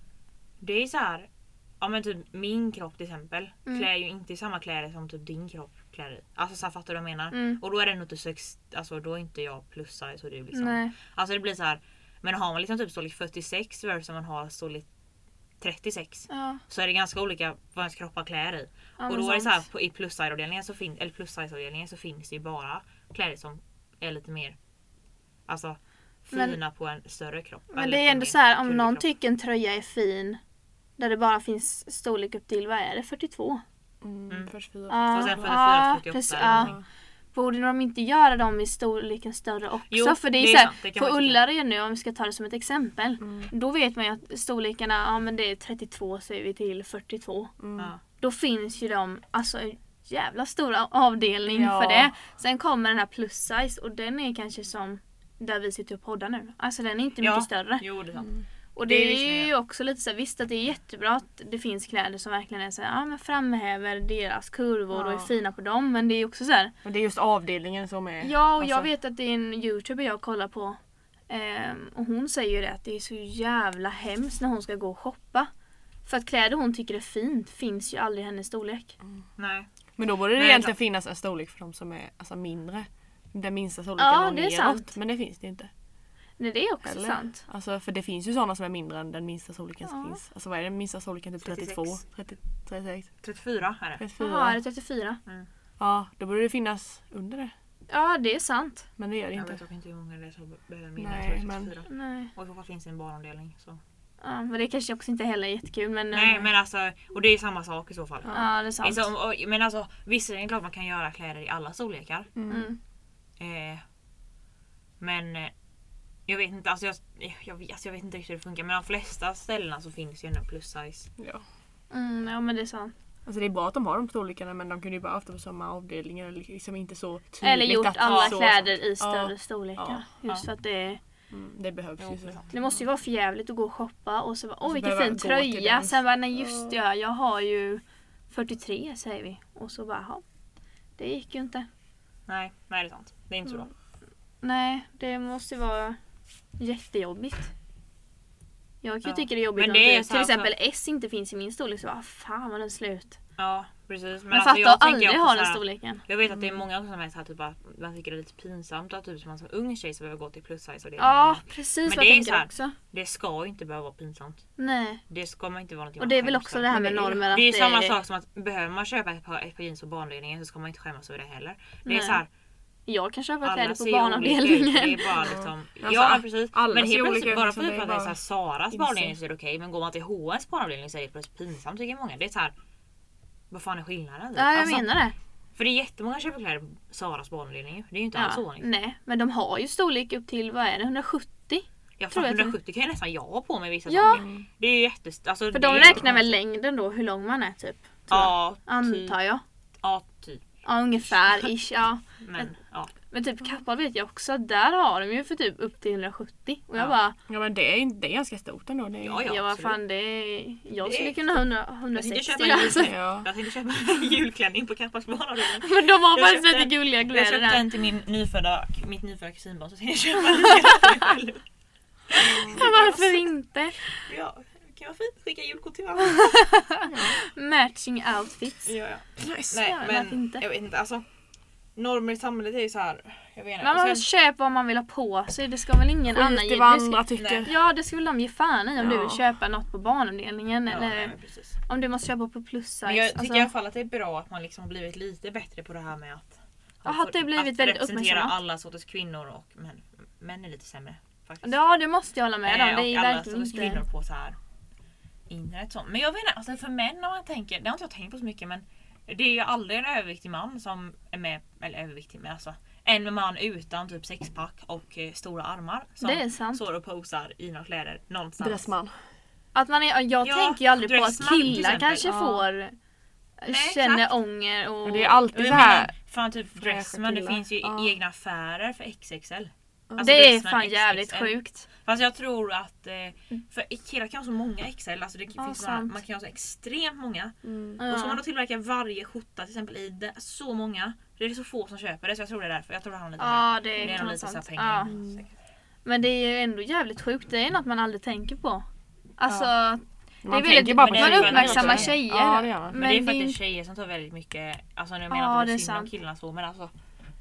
Speaker 2: det är så här. Ja men typ min kropp till exempel
Speaker 3: Mm.
Speaker 2: klär ju inte i samma kläder som typ din kropp klär i. Alltså så här, fattar du vad jag menar?
Speaker 3: Mm.
Speaker 2: Och då är det nog inte sex, alltså då är inte jag plus size och du liksom.
Speaker 3: Nej.
Speaker 2: Alltså det blir så här. Men har man liksom typ storlek fyrtiosex versus om man har storlek trettiosex
Speaker 3: Ja,
Speaker 2: så är det ganska olika vad ens kroppar klär i.
Speaker 3: ja,
Speaker 2: och
Speaker 3: men
Speaker 2: då är det så här
Speaker 3: sant.
Speaker 2: på, i plus size avdelningen så fin, eller plus size avdelningen så finns det ju bara kläder som är lite mer alltså
Speaker 3: Men-
Speaker 2: fina på en större kropp.
Speaker 3: Men
Speaker 2: eller
Speaker 3: det är
Speaker 2: på
Speaker 3: ändå
Speaker 2: en
Speaker 3: så här, om
Speaker 2: kul
Speaker 3: någon
Speaker 2: kropp.
Speaker 3: tycker en tröja är fin där det bara finns storlek upp till, vad är det, fyrtiotvå?
Speaker 1: Mm,
Speaker 2: Mm.
Speaker 1: fyrtiofyra.
Speaker 3: Ja,
Speaker 2: Och sen fyrtiofyra,
Speaker 3: ja,
Speaker 2: fyrtioåtta
Speaker 3: precis,
Speaker 2: eller
Speaker 3: ja.
Speaker 2: någonting.
Speaker 3: Borde de inte göra dem i storleken större också?
Speaker 2: Jo,
Speaker 3: för det är,
Speaker 2: det är
Speaker 3: så här,
Speaker 2: sant, det kan
Speaker 3: på
Speaker 2: man tycka.
Speaker 3: Ullared nu, om vi ska ta det som ett exempel.
Speaker 1: Mm.
Speaker 3: Då vet man ju att storlekarna, ja men det är trettiotvå säger vi till fyrtiotvå.
Speaker 1: Mm.
Speaker 2: Ja.
Speaker 3: Då finns ju de, alltså en jävla stor avdelning
Speaker 1: Ja.
Speaker 3: för det. Sen kommer den här plus size och den är kanske som där vi sitter och poddar nu. Alltså den är inte mycket
Speaker 2: Ja.
Speaker 3: större.
Speaker 2: Jo det är sant.
Speaker 3: Och
Speaker 2: Det
Speaker 3: det,
Speaker 2: är
Speaker 3: är
Speaker 2: visserligen-
Speaker 3: ju också lite så här, visst att det är jättebra att det finns kläder som verkligen är så här, ja men framhäver deras kurvor och är
Speaker 1: Ja.
Speaker 3: fina på dem. Men det är ju också så här,
Speaker 1: Men det är just avdelningen som är...
Speaker 3: ja och jag
Speaker 1: alltså,
Speaker 3: vet att det är en youtuber jag kollar på. ehm, och hon säger ju det att det är så jävla hemskt när hon ska gå och shoppa. För att kläder hon tycker är fint finns ju aldrig i hennes storlek.
Speaker 2: Nej.
Speaker 1: Men då borde det
Speaker 2: Nej,
Speaker 1: egentligen
Speaker 2: så-
Speaker 1: finnas en storlek för de som är alltså, mindre. Den minsta storleken
Speaker 3: Ja,
Speaker 1: och
Speaker 3: det är
Speaker 1: neråt.
Speaker 3: sant.
Speaker 1: Men det finns det inte.
Speaker 3: Nej, det är också
Speaker 1: Eller?
Speaker 3: sant.
Speaker 1: Alltså, för det finns ju sådana som är mindre än den minsta storleken som
Speaker 3: Ja.
Speaker 1: finns. Alltså vad är den minsta storleken? Typ trettiotvå? trettio, trettiosex?
Speaker 2: trettiofyra är det.
Speaker 1: trettiofyra?
Speaker 3: Jaha, är det trettiofyra?
Speaker 1: Ja, då borde det finnas under det.
Speaker 3: Ja, det är sant.
Speaker 1: Men det gör det
Speaker 2: Jag
Speaker 1: inte.
Speaker 2: vet dock inte hur många det är som behöver mindre
Speaker 1: Nej,
Speaker 2: än
Speaker 1: men-
Speaker 2: trettiofyra.
Speaker 3: Nej.
Speaker 2: Och i så fall finns det en barnavdelning. Så.
Speaker 3: Ja, men det kanske också inte heller är jättekul. Men,
Speaker 2: Nej
Speaker 3: eh,
Speaker 2: men alltså, och det är samma sak i så fall.
Speaker 3: ja, det är sant.
Speaker 2: Alltså, och, men alltså visserligen är det klart man kan göra kläder i alla storlekar.
Speaker 3: Mm.
Speaker 2: Eh, men eh, jag vet inte, alltså jag, jag, vet- alltså jag vet inte riktigt hur det funkar. Men de flesta ställena så finns ju ändå plus size.
Speaker 1: Ja.
Speaker 3: Mm, ja, men det är sant.
Speaker 1: Alltså det är bra att de har de storlekarna men de kunde ju bara haft det på samma avdelningar. Liksom inte så tydligt.
Speaker 3: Eller gjort
Speaker 1: att
Speaker 3: alla
Speaker 1: så-
Speaker 3: kläder i större
Speaker 1: Ja.
Speaker 3: storlekar.
Speaker 1: Ja.
Speaker 3: Just
Speaker 2: Ja.
Speaker 3: för att det är,
Speaker 1: Mm, det behövs
Speaker 2: Jo,
Speaker 1: ju
Speaker 2: det är
Speaker 1: så.
Speaker 2: sant.
Speaker 3: det måste ju vara för jävligt att gå och shoppa och så bara, åh
Speaker 1: så
Speaker 3: vilken
Speaker 1: behöva
Speaker 3: fin
Speaker 1: gå till
Speaker 3: tröja.
Speaker 1: den.
Speaker 3: Sen bara, nej just det, ja, jag har ju fyrtiotre säger vi. Och så bara, ja. Det gick ju inte.
Speaker 2: Nej, nej det är sant. Det är inte så bra.
Speaker 3: Nej, det måste ju vara jättejobbigt. Jag kan ju
Speaker 2: Ja.
Speaker 3: tycka det är jobbigt
Speaker 2: Men
Speaker 3: om
Speaker 2: det är
Speaker 3: det,
Speaker 2: så
Speaker 3: till
Speaker 2: här
Speaker 3: exempel S inte finns i min storlek så bara, fan vad den är slut.
Speaker 2: Ja precis. Men,
Speaker 3: Men
Speaker 2: alltså,
Speaker 3: fatta
Speaker 2: jag
Speaker 3: att
Speaker 2: tänker
Speaker 3: aldrig
Speaker 2: också
Speaker 3: ha
Speaker 2: så
Speaker 3: den
Speaker 2: här-
Speaker 3: storleken.
Speaker 2: Jag vet att det är många som är så här typ att man tycker det är lite pinsamt att typ som man som ung tjej så behöver gå till plus size och det.
Speaker 3: Ja, precis
Speaker 2: Men
Speaker 3: vad
Speaker 2: det är
Speaker 3: jag tänker
Speaker 2: så här-
Speaker 3: också.
Speaker 2: Det ska ju inte behöva vara pinsamt.
Speaker 3: Nej.
Speaker 2: Det ska man inte vara någonting
Speaker 3: Och
Speaker 2: man
Speaker 3: det är väl
Speaker 2: skäms
Speaker 3: också
Speaker 2: för.
Speaker 3: det här
Speaker 1: Men
Speaker 3: med
Speaker 1: det är ju-
Speaker 3: normer att
Speaker 2: Det är ju samma sak som att behöver man köpa ett par, ett par jeans på barnavdelningen så ska man inte skämmas över det heller. Det är
Speaker 3: Nej.
Speaker 2: så här,
Speaker 3: Jag kan köpa
Speaker 2: alla
Speaker 3: kläder på
Speaker 2: ser olika ut.
Speaker 3: barnavdelningen.
Speaker 2: Det är bara liksom,
Speaker 1: Alltså,
Speaker 2: ja men precis.
Speaker 1: alla
Speaker 2: Men
Speaker 1: ser
Speaker 2: helt
Speaker 1: olika
Speaker 2: plötsligt
Speaker 1: ut,
Speaker 2: bara
Speaker 1: liksom,
Speaker 2: för
Speaker 1: det är
Speaker 2: att det är så
Speaker 1: bara
Speaker 2: här, Saras
Speaker 1: inse.
Speaker 2: barnavdelning så är det okej. Men går man till H och M's barnavdelning så är det plötsligt pinsamt tycker många. Det är så här, vad fan är skillnaden?
Speaker 3: Ja, jag
Speaker 2: Alltså,
Speaker 3: menar det.
Speaker 2: För det är jättemånga som köper kläder på Saras barnavdelning ju. Det är ju inte alls
Speaker 3: Ja,
Speaker 2: ordning.
Speaker 3: nej, men de har ju storlek upp till, vad är det, hundrasjuttio?
Speaker 2: Jag
Speaker 3: tror
Speaker 2: fan,
Speaker 3: jag att-
Speaker 2: hundrasjuttio kan ju nästan jag ha på mig vissa
Speaker 3: Ja.
Speaker 2: saker. Det är ju jättest... Alltså,
Speaker 3: För
Speaker 2: det
Speaker 3: de
Speaker 2: är
Speaker 3: räknar väl
Speaker 2: jättekonstigt.
Speaker 3: längden då, hur lång man är typ? tror jag.
Speaker 2: Ja, typ.
Speaker 3: Antar jag.
Speaker 2: Ja, typ.
Speaker 3: Ja, ungefär ish, ja.
Speaker 2: Men ja.
Speaker 3: Men typ Kappahl vet jag också, där har de ju för typ upp till hundrasjuttio. Och jag
Speaker 2: Ja.
Speaker 3: bara,
Speaker 1: Ja men det är, inte- det är ganska stort ändå. Det är,
Speaker 2: Ja, ja.
Speaker 3: ja vad
Speaker 2: absolut.
Speaker 3: fan det är, jag
Speaker 2: Det
Speaker 3: skulle
Speaker 2: är-
Speaker 3: kunna ha hundra,
Speaker 2: Jag tänkte
Speaker 3: hundrasextio
Speaker 2: köpa en
Speaker 3: alltså.
Speaker 2: julklänning.
Speaker 1: Ja.
Speaker 2: Jag tänkte köpa en julklänning på Kappas barnavdelning.
Speaker 3: Men de har
Speaker 2: Jag
Speaker 3: faktiskt
Speaker 2: köpte-
Speaker 3: lite gulliga
Speaker 2: Jag
Speaker 3: kläder
Speaker 2: köpte
Speaker 3: där.
Speaker 2: en till min nyfödda, mitt nyfödda kusinbarn så tänkte jag köpa en till mig själv.
Speaker 3: Varför inte?
Speaker 2: Ja, det kan vara fint. Skicka julkort till varandra.
Speaker 3: Matching outfits.
Speaker 2: Ja, ja.
Speaker 1: Nice.
Speaker 2: Nej,
Speaker 3: Ja,
Speaker 2: men
Speaker 3: varför inte?
Speaker 2: jag vet inte. Alltså, normer i samhället är ju så här. Jag vet inte.
Speaker 3: Men man
Speaker 2: Och
Speaker 3: sen...
Speaker 2: sen,
Speaker 3: köper vad man vill ha på sig. Det ska väl ingen annan
Speaker 1: Skit
Speaker 3: ge.
Speaker 1: i vad
Speaker 3: Det ska-
Speaker 1: andra tycker.
Speaker 2: Nej.
Speaker 3: Ja, det ska väl de ge fan i om
Speaker 1: Ja.
Speaker 3: du vill köpa något på barnavdelningen.
Speaker 2: ja,
Speaker 3: eller
Speaker 2: nej, men precis.
Speaker 3: om du måste köpa på plus size.
Speaker 2: Men jag tycker
Speaker 3: alltså,
Speaker 2: i alla fall att det är bra att man liksom har blivit lite bättre på det här med att
Speaker 3: Jaha, att det har blivit
Speaker 2: att
Speaker 3: väldigt
Speaker 2: representera
Speaker 3: uppmärksammat.
Speaker 2: alla sorters kvinnor och män. Män är lite sämre faktiskt.
Speaker 3: Ja, det måste jag hålla med om.
Speaker 2: Eh,
Speaker 3: Det
Speaker 2: och
Speaker 3: är
Speaker 2: alla
Speaker 3: verkligen
Speaker 2: sorters
Speaker 3: inte...
Speaker 2: kvinnor på så här internet så. Men jag vet inte, alltså för män när man tänker, det har inte jag tänkt på så mycket men det är ju aldrig en överviktig man som är med, eller överviktig men alltså en man utan typ sexpack och eh, stora armar som
Speaker 3: Det är sant.
Speaker 2: står och posar i några kläder någonstans.
Speaker 1: Dressman.
Speaker 3: Att man är, jag
Speaker 2: Ja,
Speaker 3: tänker ju aldrig på att
Speaker 2: dressman till
Speaker 3: killar
Speaker 2: exempel.
Speaker 3: kanske
Speaker 1: Ja.
Speaker 3: får
Speaker 2: Nej,
Speaker 3: känner
Speaker 2: exakt.
Speaker 3: ånger och...
Speaker 1: Och det är alltid
Speaker 2: Och
Speaker 1: så
Speaker 2: jag
Speaker 1: här.
Speaker 2: menar, fan typ
Speaker 1: fräscha
Speaker 2: Dressman, det
Speaker 1: killar.
Speaker 2: finns ju
Speaker 1: Ja.
Speaker 2: egna affärer för X X L. Alltså,
Speaker 3: det är
Speaker 2: Dressman
Speaker 3: fan
Speaker 2: X X L.
Speaker 3: jävligt sjukt.
Speaker 2: Fast jag tror att eh, för killar kan ha så många X L, alltså det
Speaker 3: Ja,
Speaker 2: finns
Speaker 3: sant.
Speaker 2: man, man kan ha så extremt många.
Speaker 1: Mm.
Speaker 2: Och så
Speaker 3: Ja.
Speaker 2: man då tillverkar varje skjorta till exempel i det, så många. Det är så få som köper det så jag tror det är därför. Jag tror det handlar lite om
Speaker 3: Ja,
Speaker 2: det.
Speaker 3: det
Speaker 2: Det är
Speaker 3: är
Speaker 2: nog
Speaker 3: klart
Speaker 2: lite så här
Speaker 3: sant.
Speaker 2: pengar.
Speaker 3: Ja.
Speaker 1: Mm.
Speaker 2: säkert.
Speaker 3: Men det är ju ändå jävligt sjukt. Det är något man aldrig tänker på. Alltså,
Speaker 1: Man
Speaker 3: det är
Speaker 1: tänker
Speaker 3: väldigt,
Speaker 1: bara på
Speaker 2: men
Speaker 3: man
Speaker 2: det är ju
Speaker 3: uppmärksammar
Speaker 2: väldigt
Speaker 3: tjejer.
Speaker 1: Ja, det gör man.
Speaker 2: Men, det är för att det är
Speaker 3: inte-
Speaker 2: tjejer som tar väldigt mycket, alltså nu
Speaker 3: Ja,
Speaker 2: menar jag inte
Speaker 3: det är
Speaker 2: det synd om
Speaker 3: sant.
Speaker 2: killarna så men alltså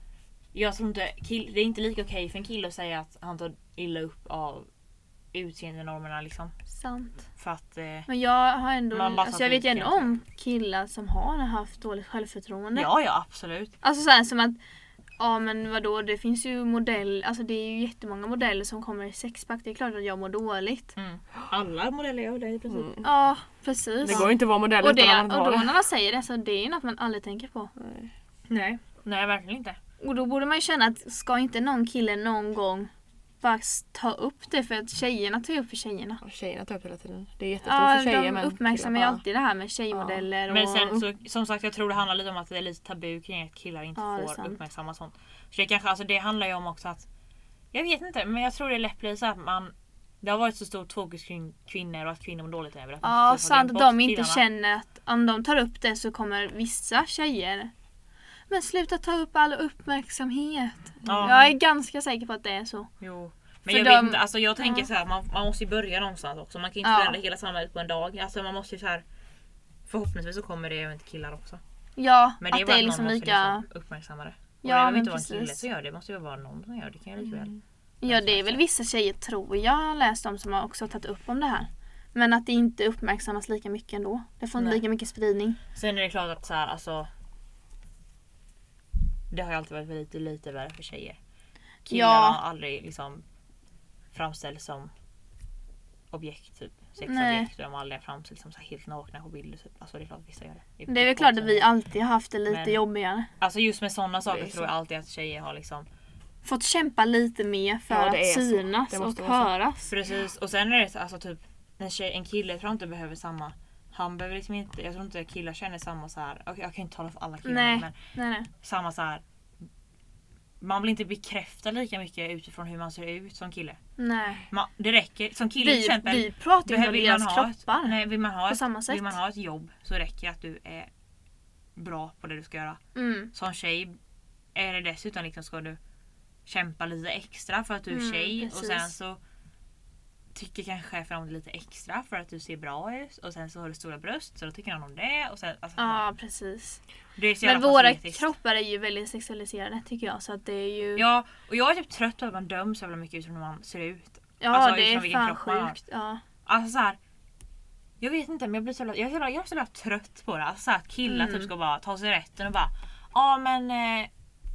Speaker 2: jag tror inte, kill, det är inte lika okej för en kille att säga att han tar illa upp av utseendenormerna liksom.
Speaker 3: Sant.
Speaker 2: För att eh,
Speaker 3: Men jag har ändå,
Speaker 2: Man bara
Speaker 3: alltså
Speaker 2: tar
Speaker 3: jag vet ju
Speaker 2: ut
Speaker 3: ändå
Speaker 2: kanske.
Speaker 3: om killar som har haft dåligt självförtroende.
Speaker 2: ja ja absolut.
Speaker 3: Alltså såhär som att, ja men vadå, det finns ju modell, alltså det är ju jättemånga modeller som kommer i sexpack. Det är klart att jag mår dåligt.
Speaker 2: Mm. Alla modeller gör det i princip.
Speaker 1: Mm.
Speaker 3: Ja, precis.
Speaker 1: Det går ju inte att vara modell
Speaker 3: och, det,
Speaker 1: utan att man
Speaker 3: och
Speaker 1: har
Speaker 3: då
Speaker 1: det.
Speaker 3: när man säger det så det är ju något man aldrig tänker på.
Speaker 1: Nej.
Speaker 2: Nej. Nej verkligen inte.
Speaker 3: Och då borde man ju känna att ska inte någon kille någon gång faktiskt ta upp det för att tjejerna tar ju upp för tjejerna.
Speaker 1: Ja, tjejerna tar upp hela tiden. Det är jättestort
Speaker 3: Ja,
Speaker 1: för tjejer
Speaker 3: de
Speaker 1: men
Speaker 3: uppmärksammar ju
Speaker 1: killar bara-
Speaker 3: alltid det här med tjejmodeller
Speaker 2: Men
Speaker 3: och...
Speaker 2: sen så, som sagt jag tror det handlar lite om att det är lite tabu kring att killar inte
Speaker 3: Ja, det är
Speaker 2: får
Speaker 3: sant.
Speaker 2: uppmärksamma sånt. Så det kanske, alltså det handlar ju om också att jag vet inte men jag tror det är lätt blir så att man det har varit så stort fokus kring kvinnor och att kvinnor mår dåligt över att man
Speaker 3: Ja,
Speaker 2: typ har
Speaker 3: sant
Speaker 2: glömt
Speaker 3: att de
Speaker 2: bort
Speaker 3: inte
Speaker 2: killarna.
Speaker 3: känner att om de tar upp det så kommer vissa tjejer men sluta ta upp all uppmärksamhet.
Speaker 2: Ja.
Speaker 3: Jag är ganska säker på att det är så.
Speaker 2: Jo. Men
Speaker 3: För
Speaker 2: jag
Speaker 3: de-
Speaker 2: vet inte, alltså jag tänker
Speaker 3: Ja.
Speaker 2: så här, man, man måste ju börja någonstans också. Man kan inte
Speaker 3: Ja.
Speaker 2: förändra hela samhället på en dag. Alltså man måste ju så här. Förhoppningsvis så kommer det även till killar också.
Speaker 3: Ja,
Speaker 2: Men det är
Speaker 3: att
Speaker 2: bara
Speaker 3: det är
Speaker 2: att
Speaker 3: liksom
Speaker 2: någon måste
Speaker 3: lika...
Speaker 2: liksom uppmärksamma det. Och
Speaker 3: Ja,
Speaker 2: det behöver
Speaker 3: men
Speaker 2: inte vara en kille
Speaker 3: precis.
Speaker 2: som gör det, det måste ju vara någon som gör det. Det kan jag lika väl.
Speaker 3: Ja, det är väl vissa tjejer tror jag har läst om som har också tagit upp om det här. Men att det inte uppmärksammas lika mycket ändå. Det får inte
Speaker 2: Nej.
Speaker 3: lika mycket spridning.
Speaker 2: Sen är det klart att så här, alltså. Det har ju alltid varit lite, lite värre för tjejer. Killarna
Speaker 3: Ja.
Speaker 2: har aldrig liksom framställts som objekt typ.
Speaker 3: Nej.
Speaker 2: Sexobjekt. De har aldrig framställts som så här helt nakna på bilder typ. Alltså det är klart att vissa gör det.
Speaker 3: Det är väl klart att vi alltid har haft det lite
Speaker 2: Men-
Speaker 3: jobbigare.
Speaker 2: Alltså just med sådana saker
Speaker 1: Det är
Speaker 2: tror jag
Speaker 1: så.
Speaker 2: alltid att tjejer har liksom.
Speaker 3: Fått kämpa lite mer för
Speaker 1: Ja, det
Speaker 3: att
Speaker 1: är så.
Speaker 3: synas
Speaker 1: Det
Speaker 3: och
Speaker 1: måste vara så.
Speaker 3: höras.
Speaker 2: Precis. Och sen är det så- alltså typ en, tjej, en kille tror jag inte behöver samma. Han behöver liksom inte. Jag tror inte killar känner samma så här. Okej, jag kan inte tala för alla killar
Speaker 3: Nej.
Speaker 2: men
Speaker 3: Nej, nej.
Speaker 2: samma så här. Man blir inte bekräftad lika mycket utifrån hur man ser ut som kille.
Speaker 3: nej.
Speaker 2: Man, det räcker som kille till
Speaker 3: Vi,
Speaker 2: exempel.
Speaker 3: vi pratar ju inte om
Speaker 2: vill
Speaker 3: deras
Speaker 2: man ha ett-
Speaker 3: kroppar.
Speaker 2: Nej, vill man ha
Speaker 3: på
Speaker 2: ett,
Speaker 3: samma sätt.
Speaker 2: vill man ha ett jobb så räcker det att du är bra på det du ska göra.
Speaker 3: Mm.
Speaker 2: Som tjej är det dessutom liksom ska du kämpa lite extra för att du är
Speaker 3: Mm,
Speaker 2: tjej
Speaker 3: precis.
Speaker 2: och sen så tycker kanske chefen om det lite extra för att du ser bra ut och sen så har du stora bröst så då tycker han om det och sen alltså,
Speaker 3: Ja, precis.
Speaker 2: det är så
Speaker 3: Men
Speaker 2: jävla
Speaker 3: våra
Speaker 2: patetiskt.
Speaker 3: kroppar är ju väldigt sexualiserade tycker jag. Så att det är ju...
Speaker 2: Ja, och jag är typ trött på att man döms så jävla mycket utifrån hur man ser ut.
Speaker 3: Ja,
Speaker 2: alltså,
Speaker 3: det
Speaker 2: utifrån
Speaker 3: är
Speaker 2: vilken
Speaker 3: fan
Speaker 2: kropp man har.
Speaker 3: sjukt. Ja.
Speaker 2: Alltså så här. Jag vet inte men jag blir så jävla, jag är så jävla, jag är så jävla trött på det. Alltså så här, att killar
Speaker 3: Mm.
Speaker 2: typ ska bara ta sig rätten och bara ja men eh,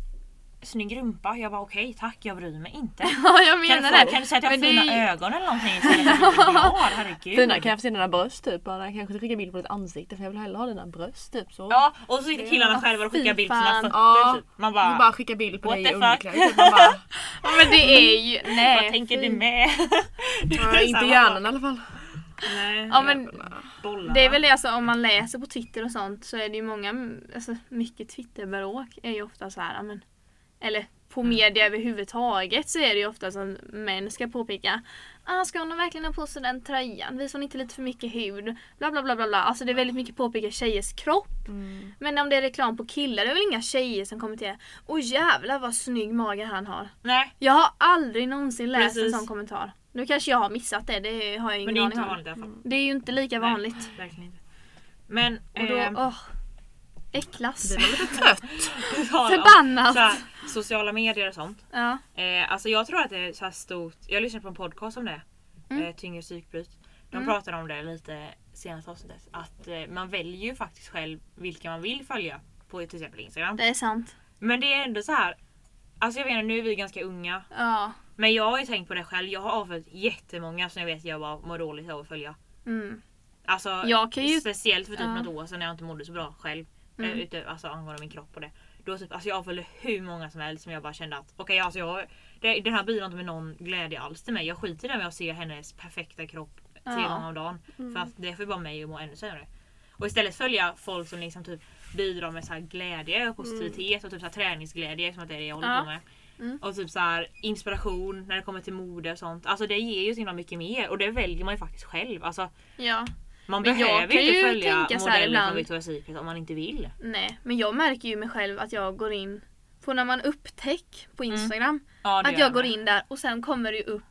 Speaker 2: snygg rumpa. Jag bara okej tack jag bryr mig inte.
Speaker 3: Ja, jag
Speaker 2: Kan du,
Speaker 3: menar
Speaker 2: få,
Speaker 3: det.
Speaker 2: kan du säga att jag har
Speaker 3: Men
Speaker 2: fina
Speaker 3: det är-
Speaker 2: ögon eller någonting istället för att du är glad? Herregud.
Speaker 1: Fina, kan jag få se dina bröst typ? Bara, kanske skicka bild på ditt ansikte för jag vill hellre ha dina bröst typ så.
Speaker 2: Ja och så sitter killarna
Speaker 3: Ja,
Speaker 2: själva och
Speaker 3: fy
Speaker 2: skickar bild på sina
Speaker 3: fan.
Speaker 2: fötter
Speaker 1: Ja.
Speaker 2: typ. Man
Speaker 1: Du
Speaker 2: bara,
Speaker 1: bara skicka bild på
Speaker 2: What
Speaker 1: dig
Speaker 2: the
Speaker 1: i
Speaker 2: fuck?
Speaker 1: underkläder. Typ. Man bara,
Speaker 3: Ja, men det är ju...
Speaker 2: vad
Speaker 3: Nej.
Speaker 2: tänker
Speaker 3: fy.
Speaker 2: du med? Det är
Speaker 1: ja,
Speaker 2: så
Speaker 1: inte
Speaker 2: här,
Speaker 1: hjärnan i alla fall.
Speaker 2: Nej.
Speaker 3: Ja, men
Speaker 2: Bollarna.
Speaker 3: det är väl det alltså om man läser på Twitter och sånt så är det ju många, alltså mycket Twitterbråk är ju ofta så här, ja, men eller på media överhuvudtaget så är det ju ofta som män ska påpeka ah, ska hon verkligen ha på sig den tröjan? Visar hon inte lite för mycket hud? Bla bla bla bla bla. Alltså det är väldigt mycket påpeka tjejers kropp.
Speaker 1: Mm.
Speaker 3: Men om det är reklam på killar det är väl inga tjejer som kommenterar åh jävlar vad snygg mage han har.
Speaker 2: Nej
Speaker 3: Jag har aldrig någonsin läst
Speaker 2: Precis.
Speaker 3: en sån kommentar. Nu kanske jag har missat det, det har jag
Speaker 2: men
Speaker 3: ingen
Speaker 2: det är
Speaker 3: aning
Speaker 2: inte
Speaker 3: om.
Speaker 2: vanligt i alla fall.
Speaker 3: Det är ju inte lika
Speaker 2: Nej.
Speaker 3: vanligt.
Speaker 2: Verkligen inte. Men
Speaker 3: Och då,
Speaker 2: ehm,
Speaker 3: åh, Äcklas.
Speaker 1: Det var lite trött.
Speaker 3: Förbannat.
Speaker 2: Så här, sociala medier och sånt.
Speaker 3: Ja.
Speaker 2: Eh, alltså jag tror att det är så här stort. Jag lyssnade på en podcast om det.
Speaker 3: Mm.
Speaker 2: Eh, Tyngre psykbryt. De
Speaker 3: Mm.
Speaker 2: pratade om det lite senast avsnittet. Att eh, man väljer ju faktiskt själv vilka man vill följa på till exempel Instagram.
Speaker 3: Det är sant.
Speaker 2: Men det är ändå så här. Alltså jag vet inte, nu är vi ganska unga.
Speaker 3: Ja.
Speaker 2: Men jag har ju tänkt på det själv. Jag har avföljt jättemånga som jag vet jag bara mår dåligt av att följa.
Speaker 3: Mm.
Speaker 2: Alltså
Speaker 3: Jag kan ju-
Speaker 2: speciellt för typ
Speaker 3: ja.
Speaker 2: något år sedan när jag inte mådde så bra själv.
Speaker 3: Mm.
Speaker 2: Mm. Ute, alltså angående min kropp och det. Då typ, alltså jag avföljde hur många som helst som jag bara kände att okej okay, alltså jag, det, den här bidrar inte med någon glädje alls till mig. Jag skiter i det med att se hennes perfekta kropp tre
Speaker 3: Ja.
Speaker 2: gånger om dagen.
Speaker 1: Mm.
Speaker 2: För att det får bara mig att må ännu sämre. Och istället följa folk som liksom typ bidrar med så här glädje och positivitet och typ så här träningsglädje som att det är det jag håller
Speaker 3: Ja.
Speaker 2: på med.
Speaker 3: Mm.
Speaker 2: Och typ så här inspiration när det kommer till mode och sånt. Alltså det ger ju så himla mycket mer och det väljer man ju faktiskt själv. Alltså
Speaker 3: Ja.
Speaker 2: man
Speaker 3: Men jag
Speaker 2: behöver
Speaker 3: kan
Speaker 2: ju inte
Speaker 3: ju
Speaker 2: följa
Speaker 3: tänka så här
Speaker 2: modeller
Speaker 3: ibland.
Speaker 2: från Victoria's Secret om man inte vill.
Speaker 3: Nej, men jag märker ju mig själv att jag går in på när man upptäck på Instagram.
Speaker 2: Ja, det
Speaker 3: Att
Speaker 2: gör
Speaker 3: jag går
Speaker 2: med.
Speaker 3: in där och sen kommer det ju upp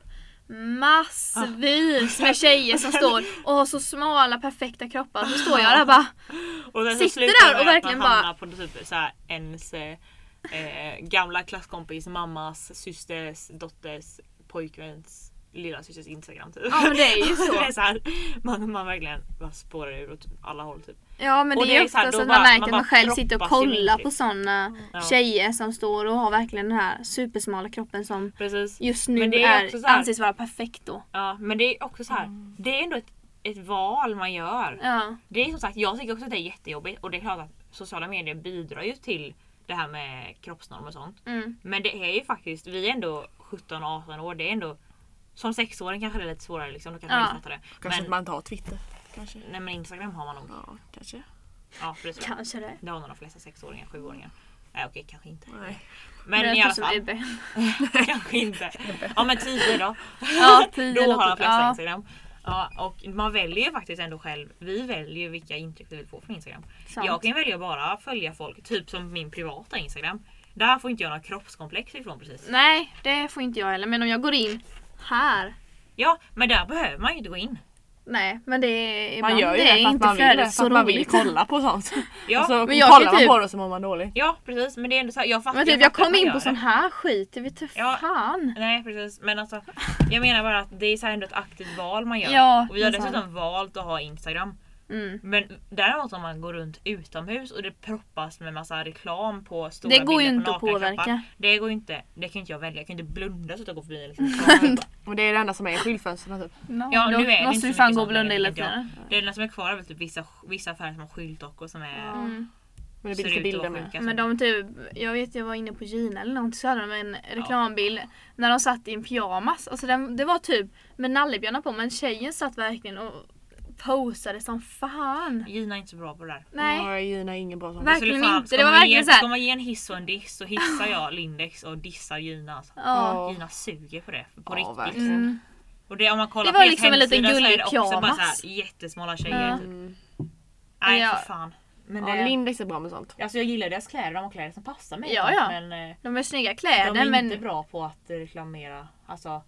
Speaker 3: massvis med tjejer som står och har så smala perfekta kroppar. Så står jag där bara
Speaker 2: Och sen så
Speaker 3: sitter
Speaker 2: slutar
Speaker 3: där
Speaker 2: det
Speaker 3: och
Speaker 2: med att
Speaker 3: verkligen
Speaker 2: man
Speaker 3: bara-
Speaker 2: hamnar på typ så här ens eh, eh, gamla klasskompis, mammas, systers, dotters, pojkväns, lilla systers Instagram typ.
Speaker 3: ja men det är ju så.
Speaker 2: det är så här, man, man verkligen bara spårar ur åt alla håll typ.
Speaker 3: Ja men det,
Speaker 2: Och
Speaker 3: är ju
Speaker 2: så här,
Speaker 3: ofta
Speaker 2: då
Speaker 3: så att
Speaker 2: bara-
Speaker 3: man märker
Speaker 2: man
Speaker 3: att
Speaker 2: bara
Speaker 3: man själv sitter och
Speaker 2: proppas ju
Speaker 3: kollar
Speaker 2: intryck.
Speaker 3: på sådana
Speaker 2: Ja.
Speaker 3: tjejer som står och har verkligen den här supersmala kroppen som
Speaker 2: Precis.
Speaker 3: just nu
Speaker 2: Men det är
Speaker 3: är,
Speaker 2: också så här-
Speaker 3: anses vara perfekt då.
Speaker 2: Ja, men det är också så här, det är ändå ett, ett val man gör.
Speaker 3: Ja.
Speaker 2: Det är som sagt, jag tycker också att det är jättejobbigt och det är klart att sociala medier bidrar ju till det här med kroppsnorm och sånt.
Speaker 3: Mm.
Speaker 2: Men det är ju faktiskt, vi är ändå sjutton arton år, det är ändå som sexåring kanske det är lite svårare liksom, då kanske
Speaker 3: Ja.
Speaker 2: man inte fattar det.
Speaker 1: Kanske
Speaker 2: Men,
Speaker 1: att man inte har Twitter. Kanske.
Speaker 2: nej men Instagram har man nog.
Speaker 1: Ja, kanske.
Speaker 2: Ja, precis.
Speaker 3: Kanske det.
Speaker 2: Det har nog de flesta sexåringar, sjuåringar. Nej okej, kanske inte.
Speaker 1: Nej.
Speaker 2: Men
Speaker 3: Det är
Speaker 2: i alla
Speaker 3: som
Speaker 2: fall.
Speaker 3: Ebbe.
Speaker 2: kanske inte. Ja men tio då.
Speaker 3: Ja, tio
Speaker 2: Då har
Speaker 3: låter-
Speaker 2: de flesta
Speaker 3: ja.
Speaker 2: Instagram. Ja, och man väljer ju faktiskt ändå själv. Vi väljer ju vilka intryck vi vill få från Instagram.
Speaker 3: Sant.
Speaker 2: Jag kan välja att bara följa folk, typ som min privata Instagram. Där får inte jag några kroppskomplex ifrån precis.
Speaker 3: Nej, det får inte jag heller. Men om jag går in här.
Speaker 2: Ja, men där behöver man ju inte gå in.
Speaker 3: Nej, men det är
Speaker 1: Man
Speaker 3: ibland
Speaker 1: gör ju
Speaker 3: det
Speaker 1: det
Speaker 3: är
Speaker 1: för att
Speaker 3: inte
Speaker 1: man vill det,
Speaker 3: flödet
Speaker 1: för
Speaker 3: så
Speaker 1: att man vill
Speaker 3: roligt.
Speaker 1: kolla på sånt.
Speaker 2: Ja,
Speaker 1: och så
Speaker 3: men jag
Speaker 1: kollar
Speaker 3: kan
Speaker 1: man
Speaker 3: typ-
Speaker 1: på det så mår man dåligt.
Speaker 2: ja precis. Men det är ändå så här, jag fattar,
Speaker 3: Men typ jag
Speaker 2: fattar att
Speaker 3: kom
Speaker 2: man
Speaker 3: in
Speaker 2: gör
Speaker 3: på
Speaker 2: det.
Speaker 3: sån här skit, det vet du
Speaker 2: Ja.
Speaker 3: fan.
Speaker 2: Nej precis, men alltså jag menar bara att det är så här ändå ett aktivt val man gör.
Speaker 3: Ja,
Speaker 2: och vi har
Speaker 3: det är sant.
Speaker 2: dessutom valt att ha Instagram.
Speaker 3: Mm.
Speaker 2: Men däremot om man går runt utomhus och det proppas med massa reklam på stora
Speaker 3: Det går ju
Speaker 2: bilder
Speaker 3: inte
Speaker 2: på
Speaker 3: att
Speaker 2: nakna
Speaker 3: påverka.
Speaker 2: kroppar. Det går ju inte, det kan inte jag välja. Jag kan inte blunda så att jag går förbi liksom.
Speaker 1: Och det är det enda som är i skyltfönstren typ.
Speaker 3: No,
Speaker 2: Ja,
Speaker 3: då
Speaker 2: nu är det
Speaker 3: måste
Speaker 2: inte
Speaker 3: vi
Speaker 2: så
Speaker 3: fan
Speaker 2: mycket
Speaker 3: gå och
Speaker 2: sånt
Speaker 3: blunda
Speaker 2: längre,
Speaker 3: hela
Speaker 2: tycker jag.
Speaker 3: tiden.
Speaker 2: Det enda som är kvar är väl typ vissa, vissa affärer som har skyltdockor som är
Speaker 3: Mm.
Speaker 1: Men det
Speaker 2: ser
Speaker 1: blir lite
Speaker 2: ut att vara
Speaker 1: bilder med.
Speaker 2: sjuka.
Speaker 3: Men de typ, jag vet jag var inne på Gina eller någonting så hade de en reklambild när de satt i en pyjamas. Alltså den, det var typ med nallebjörnar på men tjejen satt verkligen och posade som fan.
Speaker 2: Gina är inte så bra på det där.
Speaker 3: Nej,
Speaker 1: Ja, Gina är ingen bra sån.
Speaker 3: Verkligen
Speaker 2: Skulle fan-
Speaker 3: inte.
Speaker 2: ska
Speaker 3: Det var
Speaker 2: man
Speaker 3: verkligen
Speaker 2: ge,
Speaker 3: så här-
Speaker 2: Ska man ge en hiss och en diss så hissar jag Lindex och dissar Gina. Alltså.
Speaker 3: ja.
Speaker 1: Ja.
Speaker 2: Gina suger på det. På
Speaker 1: Ja,
Speaker 2: riktigt.
Speaker 1: verkligen.
Speaker 3: Mm.
Speaker 2: Och det, om man kollar
Speaker 3: Det
Speaker 2: på
Speaker 3: var
Speaker 2: deras
Speaker 3: liksom en liten
Speaker 2: hemsida så är
Speaker 3: gullig
Speaker 2: det också bara så
Speaker 3: pyjamas.
Speaker 2: här jättesmala tjejer.
Speaker 3: Ja.
Speaker 2: Typ.
Speaker 1: Mm.
Speaker 2: Nej
Speaker 3: Ja.
Speaker 2: för fan. Men
Speaker 1: Ja,
Speaker 2: det,
Speaker 1: Lindex är bra med sånt.
Speaker 2: alltså jag gillar deras kläder, de har kläder som passar mig.
Speaker 3: Ja, ja.
Speaker 2: Men eh,
Speaker 3: De är snygga
Speaker 2: de
Speaker 3: kläder
Speaker 2: är
Speaker 3: men
Speaker 2: inte bra på att reklamera. Alltså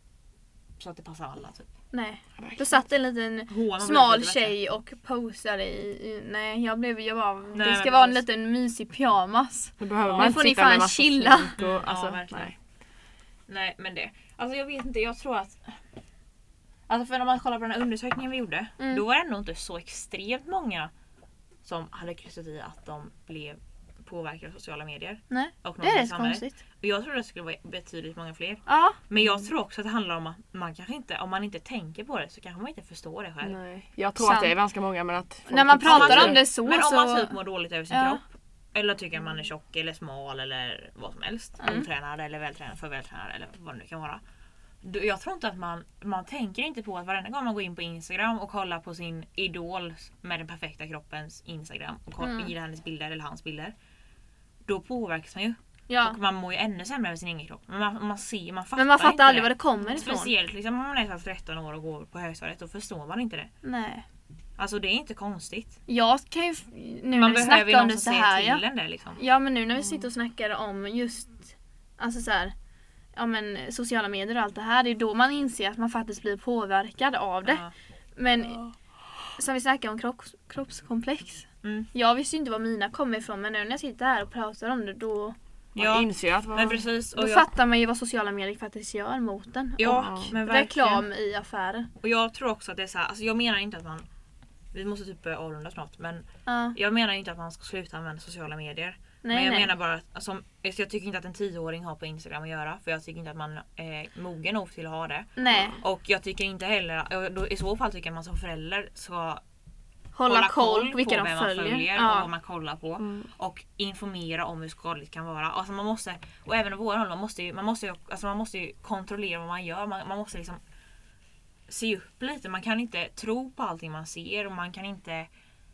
Speaker 2: så att det passar alla typ.
Speaker 3: nej. Då satt en liten
Speaker 2: H och M har
Speaker 3: smal
Speaker 2: blivit lite bättre.
Speaker 3: tjej och posade i, i nej jag blev, jag bara,
Speaker 2: Nej,
Speaker 3: det
Speaker 2: men
Speaker 3: ska vara en
Speaker 2: precis.
Speaker 3: liten mysig pyjamas.
Speaker 1: Då behöver
Speaker 2: Ja.
Speaker 1: man
Speaker 3: Nu
Speaker 1: inte
Speaker 3: får ni
Speaker 1: sitta
Speaker 3: fan
Speaker 1: med massa
Speaker 3: chilla.
Speaker 1: smink och, alltså,
Speaker 2: Ja, verkligen.
Speaker 1: nej.
Speaker 2: Nej men det. Alltså jag vet inte, jag tror att alltså för när man kollar på den här undersökningen vi gjorde
Speaker 3: Mm.
Speaker 2: då var det ändå inte så extremt många som hade kryssat i att de blev påverkade av sociala medier.
Speaker 3: Nej,
Speaker 2: Och
Speaker 3: det är
Speaker 2: någon i
Speaker 3: rätt
Speaker 2: samhället.
Speaker 3: konstigt.
Speaker 2: Och jag tror det skulle vara betydligt många fler.
Speaker 3: Ja,
Speaker 2: Men jag tror också att det handlar om att man kanske inte, om man inte tänker på det så kanske man inte förstår det själv.
Speaker 1: Nej. Jag tror
Speaker 3: Sant.
Speaker 1: att det är ganska många men att folk
Speaker 3: när man
Speaker 1: inte
Speaker 3: pratar
Speaker 1: fattar
Speaker 3: om det så
Speaker 2: Men om
Speaker 3: så...
Speaker 2: man typ mår dåligt över sin
Speaker 3: Ja.
Speaker 2: kropp. Eller tycker att man är tjock eller smal eller vad som helst.
Speaker 3: Mm.
Speaker 2: Otränad eller vältränad, för vältränad eller vad det nu kan vara. Då- Jag tror inte att man, man tänker inte på att varenda gång man går in på Instagram och kollar på sin idol med den perfekta kroppens Instagram och kollar
Speaker 3: Mm.
Speaker 2: i hennes bilder eller hans bilder. Då påverkas man ju.
Speaker 3: Ja.
Speaker 2: Och man mår ju ännu sämre över sin egen kropp. Men man, man ser, man fattar
Speaker 3: Men man
Speaker 2: inte
Speaker 3: fattar aldrig var det kommer ifrån.
Speaker 2: Speciellt liksom, om man är så här tretton år och går på högstadiet, då förstår man inte det.
Speaker 3: Nej.
Speaker 2: Alltså det är inte konstigt.
Speaker 3: Jag kan ju, f- nu
Speaker 2: Man
Speaker 3: när vi
Speaker 2: behöver ju
Speaker 3: snackar om
Speaker 2: någon
Speaker 3: det
Speaker 2: som
Speaker 3: så
Speaker 2: säger
Speaker 3: här
Speaker 2: till
Speaker 3: ja.
Speaker 2: en det liksom.
Speaker 3: Ja men nu när vi sitter och snackar om just alltså så här, ja men sociala medier och allt det här, det är då man inser att man faktiskt blir påverkad av det.
Speaker 2: Ja.
Speaker 3: Men som vi snackar om kropps, kroppskomplex.
Speaker 2: Mm.
Speaker 3: Jag visste ju inte var mina kommer ifrån, men nu när jag sitter här och pratar om det då,
Speaker 1: Man
Speaker 2: Ja,
Speaker 1: inser ju att man...
Speaker 2: men precis. Och
Speaker 3: då
Speaker 2: jag,
Speaker 3: fattar man ju vad sociala medier faktiskt gör mot den.
Speaker 2: ja,
Speaker 1: Och
Speaker 2: men verkligen.
Speaker 3: Reklam i affärer.
Speaker 2: Och jag tror också att det är så här, alltså jag menar inte att man, vi måste typ börja avrunda snart, men
Speaker 3: Ja.
Speaker 2: jag menar inte att man ska sluta använda sociala medier.
Speaker 3: Nej,
Speaker 2: men jag
Speaker 3: nej.
Speaker 2: menar bara att alltså, jag tycker inte att en tioåring har på Instagram att göra, för jag tycker inte att man är mogen nog till att ha det.
Speaker 3: nej.
Speaker 2: Och jag tycker inte heller, då, i så fall tycker jag att man som förälder ska
Speaker 3: Hålla, koll på vilka
Speaker 2: på
Speaker 3: de
Speaker 2: vem
Speaker 3: följer.
Speaker 2: man följer och
Speaker 3: Ja.
Speaker 2: vad man kollar på.
Speaker 1: Mm.
Speaker 2: Och informera om hur skadligt kan vara. Alltså man måste, och även i vår ålder, man måste ju, man måste ju, alltså man måste ju kontrollera vad man gör. Man, man måste liksom se upp lite. Man kan inte tro på allting man ser och man kan inte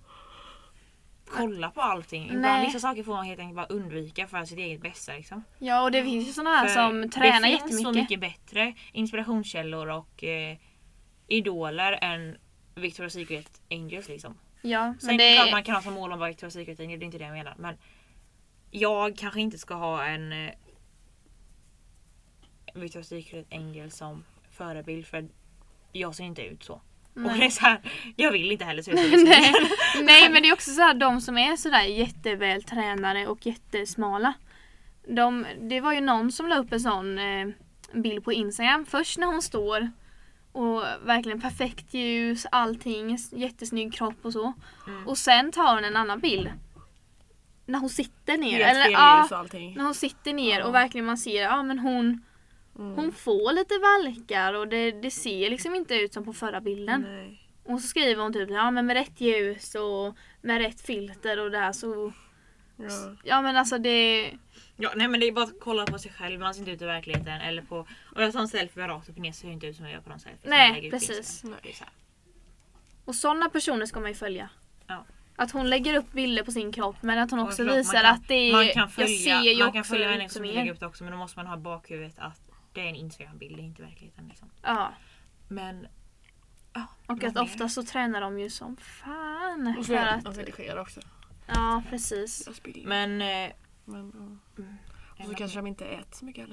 Speaker 2: kolla på allting. Ibland,
Speaker 3: Nej.
Speaker 2: vissa saker får man helt enkelt bara undvika för sitt eget bästa. Liksom.
Speaker 3: Ja, och det finns ju sådana här
Speaker 2: För
Speaker 3: som tränar
Speaker 2: det finns
Speaker 3: jättemycket.
Speaker 2: så mycket bättre inspirationskällor och eh, idoler än Victoria's Secret Angels liksom.
Speaker 3: Ja,
Speaker 2: Sen
Speaker 3: men
Speaker 2: det är klart
Speaker 3: det
Speaker 2: man kan ha som mål att vara Victoria's Secret Angel, det är inte det jag menar. Men jag kanske inte ska ha en eh, Victoria's Secret Angel som förebild, för jag ser inte ut så. Och det är
Speaker 3: nej.
Speaker 2: så här, jag vill inte heller se ut så.
Speaker 3: nej. nej, men det är också så här, de som är sådär jätteväl tränade och jättesmala. De, det var ju någon som la upp en sån eh, bild på Instagram. Först när hon står och verkligen perfekt ljus, allting, jättesnygg kropp och så.
Speaker 2: Mm.
Speaker 3: Och sen tar hon en annan bild. När hon sitter ner.
Speaker 1: Helt
Speaker 3: Eller,
Speaker 1: fel
Speaker 3: ja,
Speaker 1: ljus och allting.
Speaker 3: när hon sitter ner
Speaker 1: Ja.
Speaker 3: och verkligen man ser, ja men hon,
Speaker 1: Mm.
Speaker 3: hon får lite valkar och det, det ser liksom inte ut som på förra bilden.
Speaker 1: Nej.
Speaker 3: Och så skriver hon typ, ja men med rätt ljus och med rätt filter och det här så,
Speaker 1: Ja.
Speaker 3: ja men alltså det,
Speaker 2: Ja, nej men det är bara att kolla på sig själv, man ser inte ut i verkligheten. Eller på, och jag tar en selfie rakt upp och ner, ser jag inte ut som jag gör på de selfies.
Speaker 3: Nej,
Speaker 2: som jag lägger ut på
Speaker 3: precis.
Speaker 2: Instagram. Det är så här.
Speaker 3: och sådana personer ska man ju följa.
Speaker 2: Ja.
Speaker 3: Att hon lägger upp bilder på sin kropp men att hon
Speaker 2: Och
Speaker 3: också
Speaker 2: klart,
Speaker 3: visar
Speaker 2: man kan-
Speaker 3: att det är,
Speaker 2: man kan följa,
Speaker 3: jag ser ju
Speaker 2: man kan
Speaker 3: också
Speaker 2: följa
Speaker 3: ut
Speaker 2: människor
Speaker 3: som
Speaker 2: som lägger
Speaker 3: er.
Speaker 2: upp det också, men då måste man ha i bakhuvudet att det är en Instagram-bild, det är inte verkligheten liksom.
Speaker 3: Ja,
Speaker 2: Men ja,
Speaker 3: och
Speaker 2: vad
Speaker 3: att
Speaker 2: mer?
Speaker 3: ofta så tränar de ju som fan.
Speaker 1: Och så
Speaker 3: För
Speaker 1: är
Speaker 3: att,
Speaker 1: de redigerade också.
Speaker 3: ja precis.
Speaker 1: Deras bilder.
Speaker 2: Men eh,
Speaker 1: Men, ja.
Speaker 2: mm,
Speaker 1: Och så kanske de inte äter så mycket heller.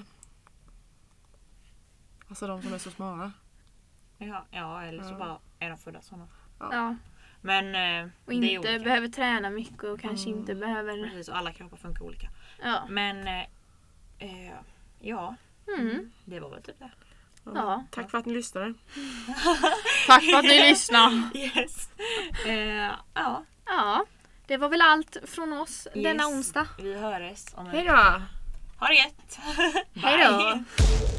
Speaker 1: Alltså de som är så smala.
Speaker 2: ja, ja, eller så
Speaker 1: Ja.
Speaker 2: bara är de födda sådana.
Speaker 3: Ja,
Speaker 2: Men eh,
Speaker 3: och
Speaker 2: det är
Speaker 3: inte
Speaker 2: olika.
Speaker 3: behöver träna mycket och kanske
Speaker 1: Mm.
Speaker 3: inte behöver,
Speaker 2: Precis, och alla kroppar funkar olika.
Speaker 3: ja.
Speaker 2: Men eh, eh, ja,
Speaker 3: Mm.
Speaker 2: det var väl typ det.
Speaker 3: Ja.
Speaker 1: Tack för att ni lyssnade.
Speaker 3: Tack för att ni lyssnade.
Speaker 2: Yes. Eh, ja,
Speaker 3: Ja, det var väl allt från oss denna
Speaker 2: Yes.
Speaker 3: onsdag.
Speaker 2: vi hörs om en
Speaker 1: Hej då!
Speaker 2: Ha det gött!
Speaker 3: Hej då!
Speaker 2: Bye.